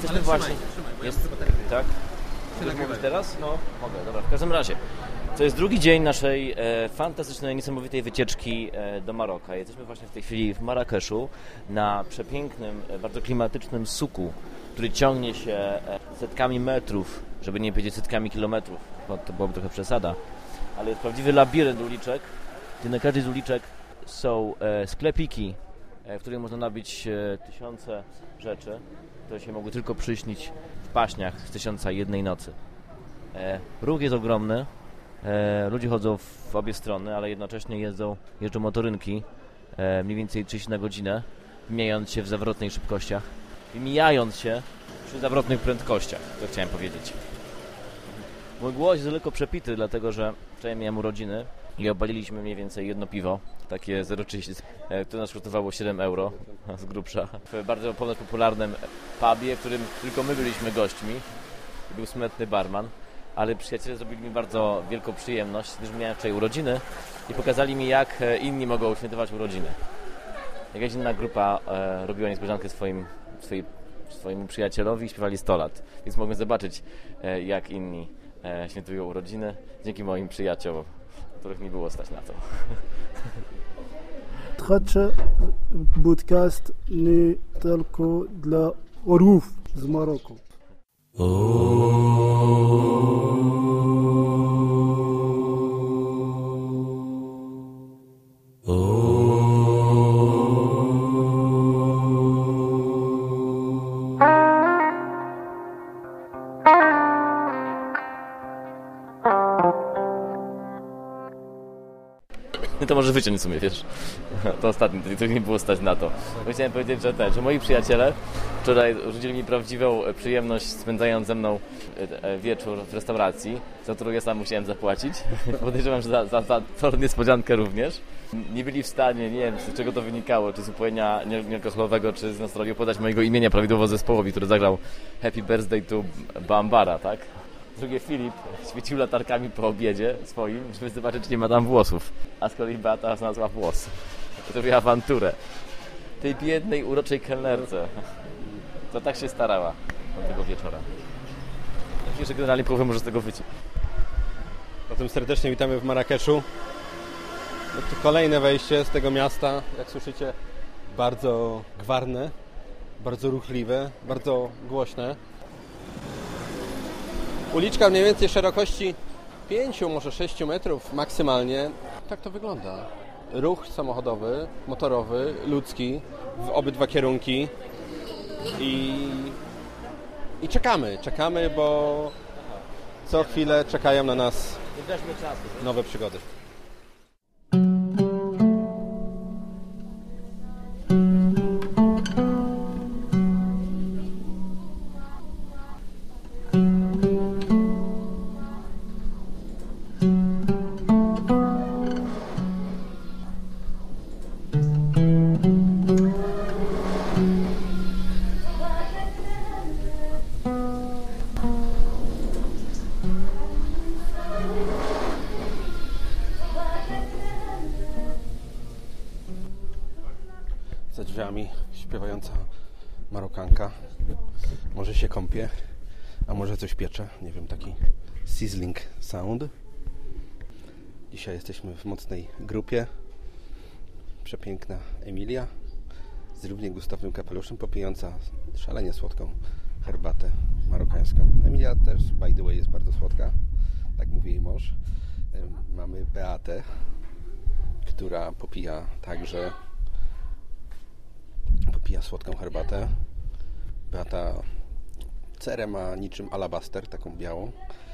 Jesteśmy właśnie... Jest... Tak? Chcesz mówić teraz? No, mogę, dobra. W każdym razie, to jest drugi dzień naszej fantastycznej, niesamowitej wycieczki do Maroka. Jesteśmy właśnie w tej chwili w Marrakeszu na przepięknym, bardzo klimatycznym suku, który ciągnie się setkami metrów, żeby nie powiedzieć setkami kilometrów, bo to byłoby trochę przesada, ale jest prawdziwy labirynt uliczek, gdzie na każdej z uliczek są sklepiki, w których można nabyć tysiące rzeczy, które się mogły tylko przyśnić w paśniach z 1001 nocy. Ruch jest ogromny, ludzie chodzą w obie strony, ale jednocześnie jeżdżą motorynki mniej więcej 30 na godzinę, mijając się w zawrotnej szybkościach i mijając się przy zawrotnych prędkościach, to chciałem powiedzieć. Mój głos jest tylko przepity, dlatego że wczoraj miałem urodziny i obaliliśmy mniej więcej jedno piwo, takie 0,30, które nas kosztowało 7 euro z grubsza. W bardzo ponoć popularnym pubie, w którym tylko my byliśmy gośćmi. Był smętny barman, ale przyjaciele zrobili mi bardzo wielką przyjemność, gdyż miałem wczoraj urodziny i pokazali mi, jak inni mogą świętować urodziny. Jakaś inna grupa robiła niespodziankę swojemu przyjacielowi i śpiewali 100 lat, więc mogłem zobaczyć, jak inni świętują urodziny dzięki moim przyjaciołom, których nie było stać na to. Trzecia podcast nie tylko dla orłów z Maroku. To może wyciąć w sumie, wiesz. To ostatnie, to nie było stać na to. Bo chciałem powiedzieć, że moi przyjaciele wczoraj uczynili mi prawdziwą przyjemność, spędzając ze mną wieczór w restauracji, za którą ja sam musiałem zapłacić. Podejrzewam, że za tą niespodziankę również. Nie byli w stanie, nie wiem, z czego to wynikało, czy z upojenia niealkoholowego, czy z nastroju, podać mojego imienia prawidłowo zespołowi, który zagrał Happy Birthday to Bambara, tak? Drugie Filip świecił latarkami po obiedzie swoim, żeby zobaczyć, czy nie ma tam włosów. A z kolei Beata znalazła włos. Zrobiła awanturę. Tej biednej, uroczej kelnerce. To tak się starała od tego wieczora. Myślę, że generalnie połowę może z tego wyciąć. Zatem serdecznie witamy w Marrakeszu. No to kolejne wejście z tego miasta, jak słyszycie, bardzo gwarne, bardzo ruchliwe, bardzo głośne. Uliczka mniej więcej szerokości 5, może 6 metrów maksymalnie. Tak to wygląda. Ruch samochodowy, motorowy, ludzki w obydwa kierunki i czekamy, bo co chwilę czekają na nas nowe przygody. Za drzwiami śpiewająca Marokanka. Może się kąpie, a może coś piecze. Nie wiem, taki sizzling sound. Dzisiaj jesteśmy w mocnej grupie. Przepiękna Emilia z równie gustownym kapeluszem, popijająca szalenie słodką herbatę marokańską. Emilia też, by the way, jest bardzo słodka. Tak mówi jej mąż. Mamy Beatę, która popija słodką herbatę. Beata cerę ma niczym alabaster, taką białą.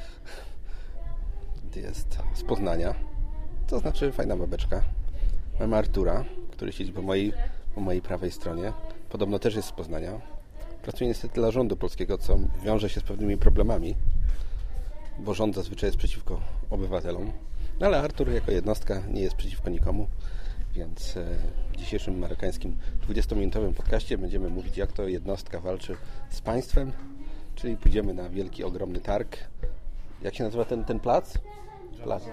Jest z Poznania, to znaczy fajna babeczka. Mamy Artura, który siedzi po mojej prawej stronie. Podobno też jest z Poznania. Pracuje niestety dla rządu polskiego, co wiąże się z pewnymi problemami, bo rząd zazwyczaj jest przeciwko obywatelom. No ale Artur jako jednostka nie jest przeciwko nikomu. Więc w dzisiejszym marokańskim 20-minutowym podcaście będziemy mówić, jak to jednostka walczy z państwem, czyli pójdziemy na wielki, ogromny targ. Jak się nazywa ten plac? Plac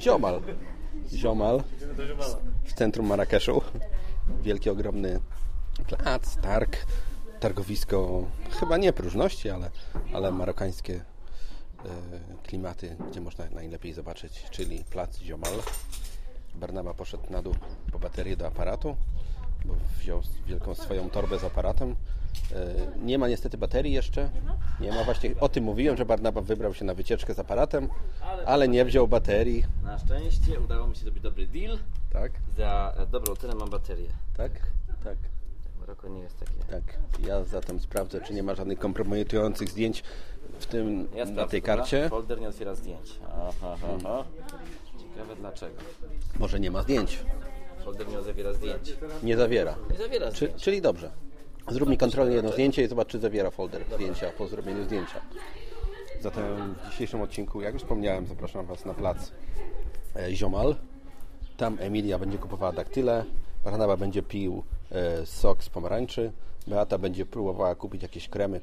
Jomal w centrum Marrakeszu. Wielki, ogromny plac, targ, targowisko, chyba nie próżności, ale marokańskie klimaty, gdzie można najlepiej zobaczyć, czyli plac Ziomal. Barnaba poszedł na dół po baterię do aparatu, bo wziął wielką swoją torbę z aparatem. Nie ma niestety baterii jeszcze. Nie ma, właśnie o tym mówiłem, że Barnaba wybrał się na wycieczkę z aparatem, ale nie wziął baterii. Na szczęście udało mi się zrobić dobry deal. Tak? Za dobrą cenę mam baterię. Tak? Tak. Maroko nie jest takie. Tak. Ja zatem sprawdzę, czy nie ma żadnych kompromitujących zdjęć w tym, na tej karcie. Dobra? Folder nie otwiera zdjęć. Aha. Ciekawe dlaczego. Może nie ma zdjęć. Folder nie zawiera zdjęć. Nie zawiera. Nie zawiera zdjęć. Czyli dobrze. Zrób mi kontrolnie jedno zdjęcie i zobacz, czy zawiera folder zdjęcia po zrobieniu zdjęcia. Zatem w dzisiejszym odcinku, jak już wspomniałem, zapraszam Was na plac Ziomal. Tam Emilia będzie kupowała daktyle, Barnaba będzie pił sok z pomarańczy, Beata będzie próbowała kupić jakieś kremy,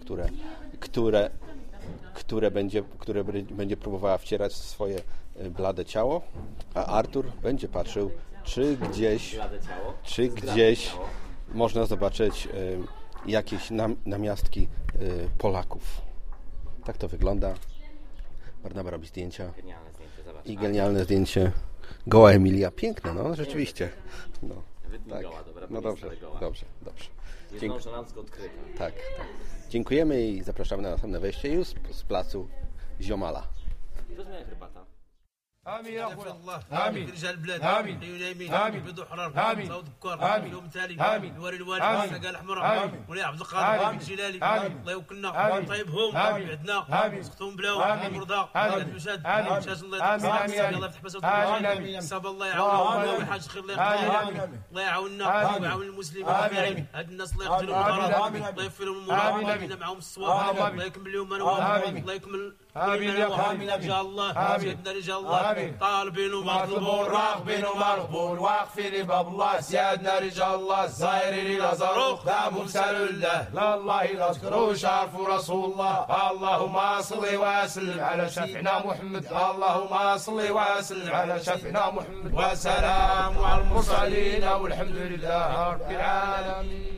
które będzie próbowała wcierać w swoje blade ciało, a Artur będzie patrzył, czy gdzieś można zobaczyć jakieś namiastki Polaków. Tak to wygląda. Barnaba robi zdjęcia. Genialne zdjęcie, zobacz. I genialne zdjęcie. Goła Emilia. Piękne, no rzeczywiście. No, Wytnij goła, dobra, no dobrze. Jest nonszalancko odkryta. Tak. Dziękujemy i zapraszamy na następne wejście już z placu Ziomala. To jest moja herbata. آمين يا أخوة الله آمين رجال البلاد آمين عيون يمين آمين بيض حرار آمين صوت بكار آمين يوم تالي آمين الوالي الوالد آمين سقال احمر آمين ولي عبد القادر آمين الجلالي آمين الله يوكلنا آمين طيبهم آمين بعدنا آمين سقطهم بلاو آمين مرضى آمين المشاد آمين شاش الله آمين يطلع آمين الله يفتح بسوط آمين آمين ساب الله آمين يعاوننا ويحاج خير الله آمين يقدر الله يعاوننا آمين ويعاون المسلمين آمين هاد الناس الله يقتلهم آمين بالغرض آمين الله يغفر لهم آمين المرض آمين الله معهم الصواب آمين الله يكمل لهم آمين الله يكمل آمين يا أخوة. رجال الله آمين. سيدنا رجال الله آمين. طالبين مطلوبون راغبين ومرغبون واقفين لباب الله سيادنا رجال الله الزائرين الى زاروق دامهم سالوا لله لا الله يذكروا شرفوا رسول الله اللهم صل وسلم على شفيعنا محمد اللهم صل وسلم على شفيعنا محمد وسلام على المرسلين والحمد لله رب العالمين.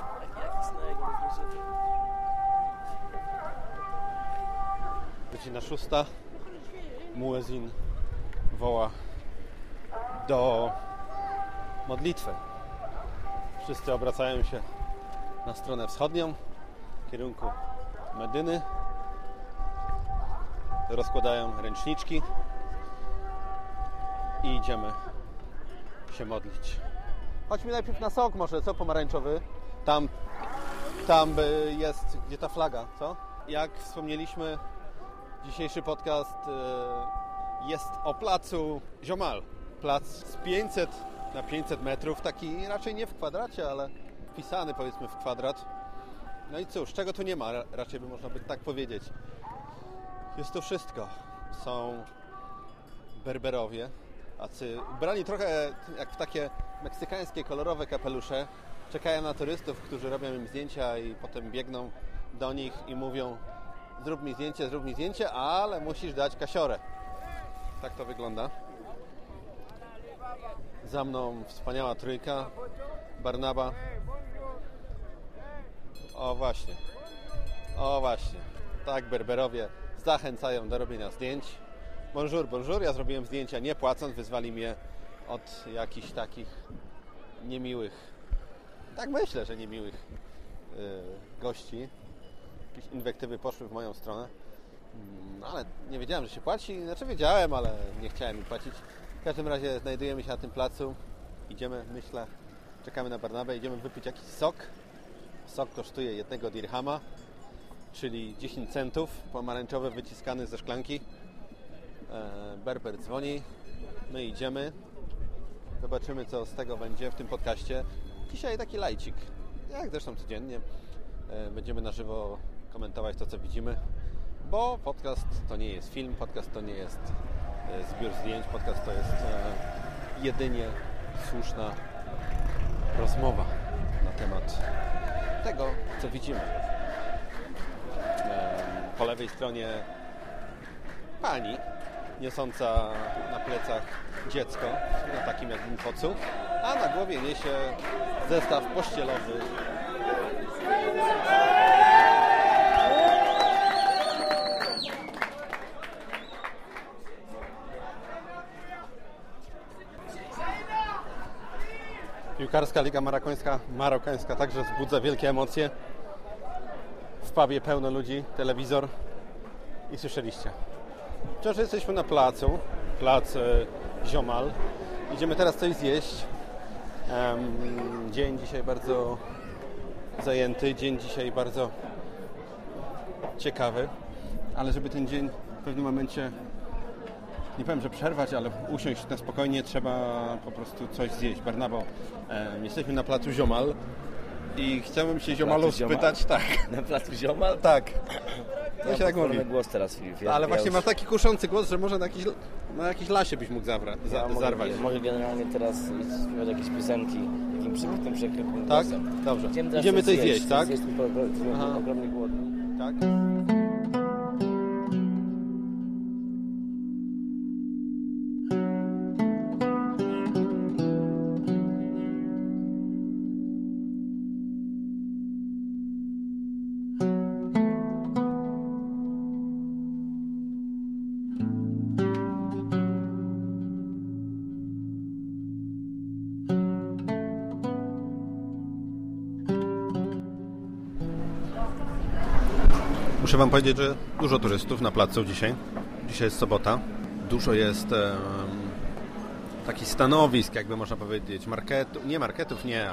Godzina 6. Muezin woła do modlitwy. Wszyscy obracają się na stronę wschodnią, w kierunku Medyny. Rozkładają ręczniczki i idziemy się modlić. Chodźmy najpierw na sok może, co pomarańczowy? Tam jest, gdzie ta flaga, co? Jak wspomnieliśmy, dzisiejszy podcast jest o placu Ziomal. Plac z 500 na 500 metrów, taki raczej nie w kwadracie, ale wpisany powiedzmy w kwadrat. No i cóż, czego tu nie ma, raczej by można by tak powiedzieć. Jest to wszystko. Są Berberowie, ubrani trochę jak w takie meksykańskie kolorowe kapelusze. Czekają na turystów, którzy robią im zdjęcia i potem biegną do nich i mówią: zrób mi zdjęcie, ale musisz dać kasiorę. Tak to wygląda. Za mną wspaniała trójka. Barnaba. O właśnie. Tak Berberowie zachęcają do robienia zdjęć. Bonjour. Ja zrobiłem zdjęcia nie płacąc. Wyzwali mnie od jakichś takich niemiłych, tak myślę, że niemiłych gości. Jakieś inwektywy poszły w moją stronę. No, ale nie wiedziałem, że się płaci. Znaczy wiedziałem, ale nie chciałem im płacić. W każdym razie znajdujemy się na tym placu. Idziemy, myślę, czekamy na Barnabę. Idziemy wypić jakiś sok. Sok kosztuje 1 dirhama, czyli 10 centów. Pomarańczowy wyciskany ze szklanki. Berber dzwoni. My idziemy. Zobaczymy, co z tego będzie w tym podcaście. Dzisiaj taki lajcik. Jak zresztą codziennie. Będziemy na żywo komentować to, co widzimy. Bo podcast to nie jest film, podcast to nie jest zbiór zdjęć, podcast to jest jedynie słuszna rozmowa na temat tego, co widzimy. Po lewej stronie pani niosąca na plecach dziecko, takim jak w Impocu. a na głowie niesie zestaw pościelowy. Piłkarska Liga Marokańska także wzbudza wielkie emocje. W pubie pełno ludzi, telewizor i słyszeliście. Wciąż jesteśmy na placu, plac Ziomal. Idziemy teraz coś zjeść. Dzień dzisiaj bardzo zajęty, dzień dzisiaj bardzo ciekawy, ale żeby ten dzień w pewnym momencie, nie powiem, że przerwać, ale usiąść na spokojnie, trzeba po prostu coś zjeść. Barnabo, jesteśmy na placu Ziomal i chciałbym się Ziomalu spytać, tak. Na placu Ziomal? Tak. To się tak mówi. Głos teraz, Filip. Ale właśnie masz taki kuszący głos, że może na jakiś lasie byś mógł zarwać. Mogę generalnie teraz śpiewać jakieś piosenki takim przykrytym tak? głosem. Dobrze. Idziemy coś zjeść, tak? Jestem ogromnie głodny. Tak. Muszę Wam powiedzieć, że dużo turystów na placu dzisiaj. Dzisiaj jest sobota. Dużo jest takich stanowisk, jakby można powiedzieć, marketów nie,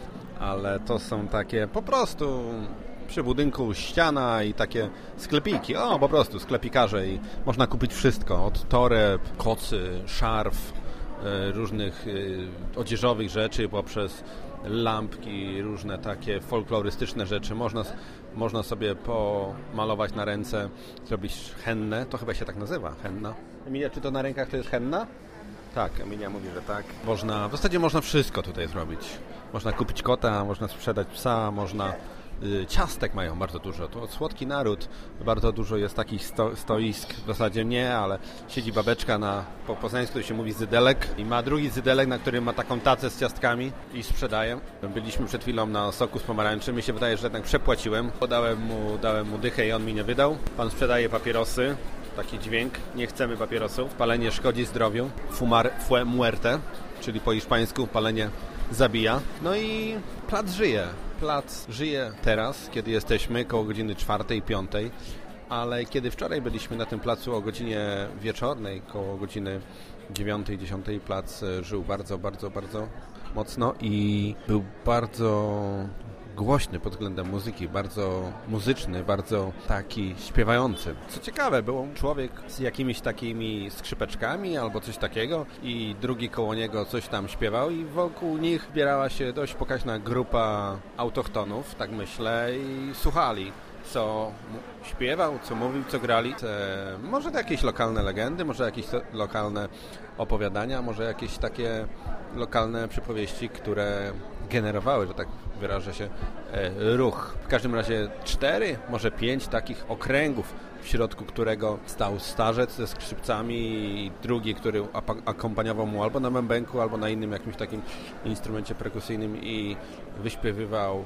ale to są takie po prostu przy budynku ściana i takie sklepiki. Po prostu sklepikarze i można kupić wszystko. Od toreb, kocy, szarf, różnych odzieżowych rzeczy, poprzez lampki, różne takie folklorystyczne rzeczy. Można sobie pomalować na ręce, zrobić hennę. To chyba się tak nazywa, henna. Emilia, czy to na rękach to jest henna? Tak, Emilia mówi, że tak. W zasadzie można wszystko tutaj zrobić. Można kupić kota, można sprzedać psa, można... Ciastek mają bardzo dużo. To słodki naród. Bardzo dużo jest takich stoisk. W zasadzie nie, ale siedzi babeczka po poznańsku, to się mówi zydelek. I ma drugi zydelek, na którym ma taką tacę z ciastkami i sprzedaje. Byliśmy przed chwilą na soku z pomarańczy. Mi się wydaje, że jednak przepłaciłem. Dałem mu dychę i on mi nie wydał. Pan sprzedaje papierosy. Taki dźwięk. Nie chcemy papierosów. Palenie szkodzi zdrowiu. Fue muerte, czyli po hiszpańsku palenie zabija. No i plac żyje. Plac żyje teraz, kiedy jesteśmy koło godziny 4:00-5:00, ale kiedy wczoraj byliśmy na tym placu o godzinie wieczornej, koło godziny 9:00-10:00, plac żył bardzo, bardzo, bardzo mocno i był bardzo głośny pod względem muzyki, bardzo muzyczny, bardzo taki śpiewający. Co ciekawe, był człowiek z jakimiś takimi skrzypeczkami albo coś takiego i drugi koło niego coś tam śpiewał i wokół nich zbierała się dość pokaźna grupa autochtonów, tak myślę, i słuchali, co śpiewał, co mówił, co grali. Może to jakieś lokalne legendy, może jakieś lokalne opowiadania, może jakieś takie lokalne przypowieści, które generowały, że tak wyrażę się, ruch. W każdym razie 4, może 5 takich okręgów, w środku którego stał starzec ze skrzypcami i drugi, który akompaniował mu albo na bębenku, albo na innym jakimś takim instrumencie perkusyjnym i wyśpiewywał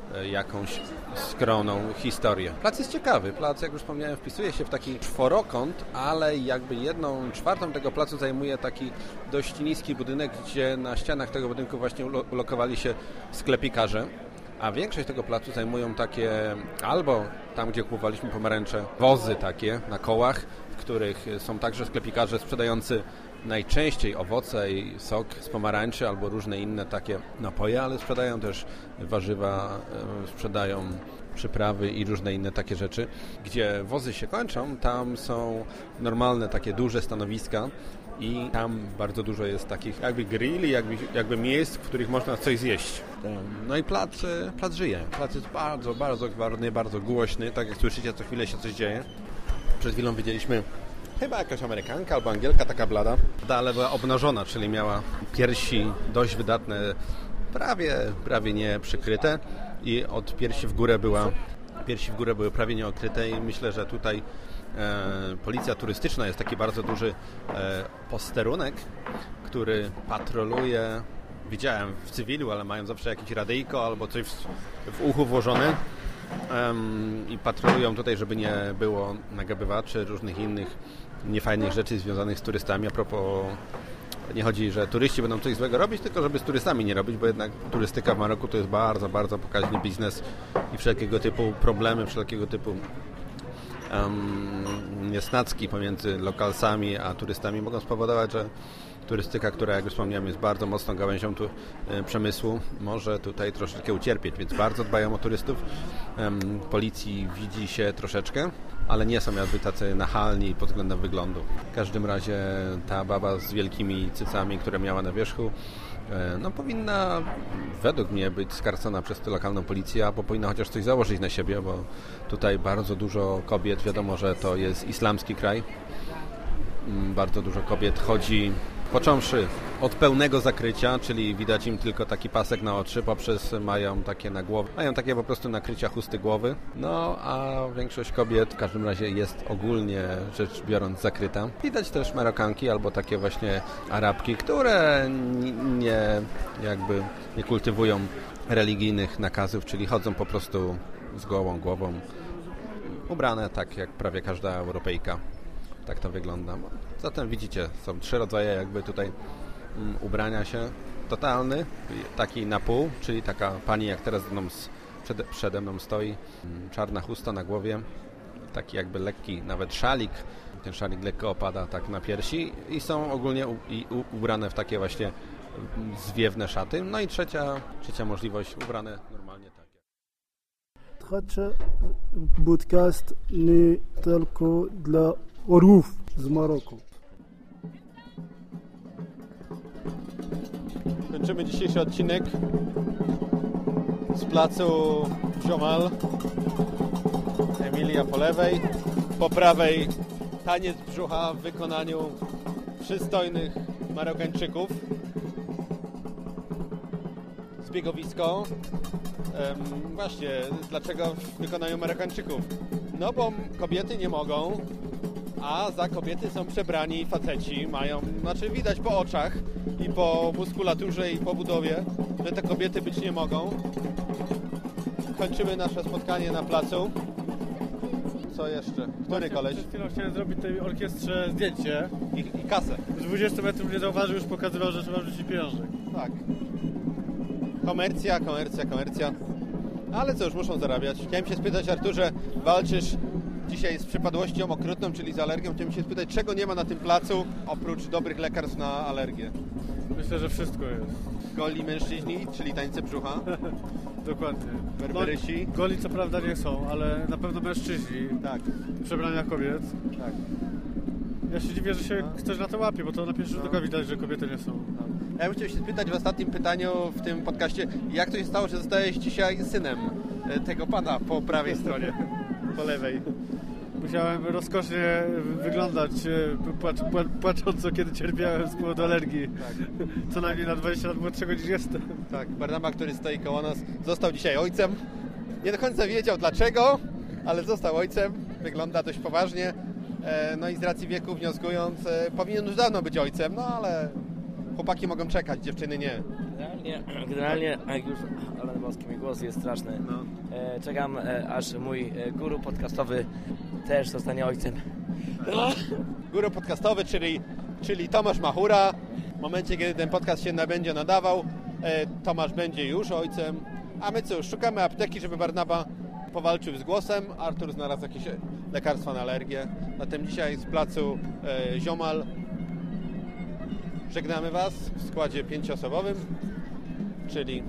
jakąś skromną historię. Plac jest ciekawy. Plac, jak już wspomniałem, wpisuje się w taki czworokąt, ale jakby 1/4 tego placu zajmuje taki dość niski budynek, gdzie na ścianach tego budynku właśnie ulokowali się sklepikarze, a większość tego placu zajmują takie, albo tam, gdzie kupowaliśmy pomarańcze, wozy takie na kołach, w których są także sklepikarze sprzedający najczęściej owoce i sok z pomarańczy albo różne inne takie napoje, ale sprzedają też warzywa, sprzedają przyprawy i różne inne takie rzeczy. Gdzie wozy się kończą, tam są normalne takie duże stanowiska i tam bardzo dużo jest takich jakby grilli, jakby miejsc, w których można coś zjeść. No i plac żyje. Plac jest bardzo, bardzo gwarny, bardzo głośny. Tak jak słyszycie, co chwilę się coś dzieje. Przed chwilą widzieliśmy chyba jakaś Amerykanka albo Angielka, taka blada, ale była obnażona, czyli miała piersi dość wydatne, prawie nie przykryte i od piersi w górę były prawie nieokryte i myślę, że tutaj policja turystyczna jest taki bardzo duży posterunek, który patroluje widziałem w cywilu, ale mają zawsze jakieś radyjko albo coś w uchu włożone i patrolują tutaj, żeby nie było nagabywaczy, różnych innych niefajnych rzeczy związanych z turystami. A propos, nie chodzi, że turyści będą coś złego robić, tylko żeby z turystami nie robić, bo jednak turystyka w Maroku to jest bardzo, bardzo pokaźny biznes i wszelkiego typu problemy, wszelkiego typu niesnacki pomiędzy lokalsami a turystami mogą spowodować, że turystyka, która, jak już wspomniałem, jest bardzo mocną gałęzią przemysłu, może tutaj troszeczkę ucierpieć, więc bardzo dbają o turystów. Policji widzi się troszeczkę, ale nie są jakby tacy nachalni pod względem wyglądu. W każdym razie ta baba z wielkimi cycami, które miała na wierzchu, no powinna według mnie być skarcona przez lokalną policję, albo powinna chociaż coś założyć na siebie, bo tutaj bardzo dużo kobiet, wiadomo, że to jest islamski kraj, bardzo dużo kobiet chodzi, począwszy od pełnego zakrycia, czyli widać im tylko taki pasek na oczy, poprzez mają takie na głowie, mają takie po prostu nakrycia chusty głowy, no a większość kobiet w każdym razie jest ogólnie rzecz biorąc zakryta. Widać też Marokanki albo takie właśnie Arabki, które nie kultywują religijnych nakazów, czyli chodzą po prostu z gołą głową, ubrane tak jak prawie każda Europejka. Tak to wygląda. Zatem widzicie, są 3 rodzaje jakby tutaj ubrania się. Totalny, taki na pół, czyli taka pani jak teraz przede mną stoi, czarna chusta na głowie, taki jakby lekki nawet szalik. Ten szalik lekko opada tak na piersi i są ogólnie ubrane w takie właśnie zwiewne szaty. No i trzecia możliwość, ubrane normalnie tak. Trzecia podcast nie tylko dla orłów z Maroku. Kończymy dzisiejszy odcinek z placu Jomal. Emilia po lewej, po prawej taniec brzucha w wykonaniu przystojnych Marokańczyków. Zbiegowisko. Właśnie, dlaczego w wykonaniu Marokańczyków? No bo kobiety nie mogą, a za kobiety są przebrani faceci, widać po oczach i po muskulaturze i po budowie, że te kobiety być nie mogą. Kończymy nasze spotkanie na placu. Co jeszcze? Który koleś? Przed chwilą chciałem zrobić tej orkiestrze zdjęcie. I kasę. Z 20 metrów nie zauważył, już pokazywał, że trzeba wrzucić pieniążek. Tak. Komercja. Ale co, już muszą zarabiać. Chciałem się spytać, Arturze, walczysz dzisiaj z przypadłością okrutną, czyli z alergią. Chciałem się spytać, czego nie ma na tym placu, oprócz dobrych lekarstw na alergię? Myślę, że wszystko jest. Goli mężczyźni, czyli tańce brzucha. Dokładnie. Berberysi. No, goli co prawda nie są, ale na pewno mężczyźni. Tak. W przebraniach kobiet. Tak. Ja się dziwię, że się ktoś na to łapie, bo to na pierwszy rzut oka widać, że kobiety nie są. Ja bym chciał się spytać w ostatnim pytaniu w tym podcaście, jak to się stało, że zostałeś dzisiaj synem tego pana po prawej stronie, po lewej? Musiałem rozkosznie wyglądać, płacząco, kiedy cierpiałem z powodu alergii. Tak. Co najmniej na 20 lat młodszego niż jestem. Tak, Barnaba, który stoi koło nas, został dzisiaj ojcem. Nie do końca wiedział dlaczego, ale został ojcem. Wygląda dość poważnie. No i z racji wieku wnioskując, powinien już dawno być ojcem, no ale chłopaki mogą czekać, dziewczyny nie. Generalnie jak już Alan Boski, mi głos jest straszny. No. Czekam, aż mój guru podcastowy też zostanie ojcem. Guru podcastowy, czyli Tomasz Machura. W momencie, kiedy ten podcast się będzie nadawał, Tomasz będzie już ojcem. A my cóż, szukamy apteki, żeby Barnaba powalczył z głosem. Artur znalazł jakieś lekarstwa na alergię. Zatem dzisiaj z placu Jomal żegnamy Was w składzie 5-osobowym, czyli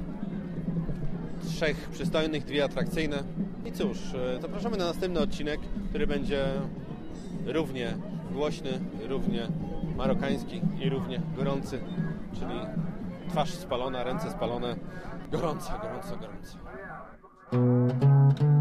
3 przystojnych, 2 atrakcyjne. I cóż, zapraszamy na następny odcinek, który będzie równie głośny, równie marokański i równie gorący, czyli twarz spalona, ręce spalone, gorąco.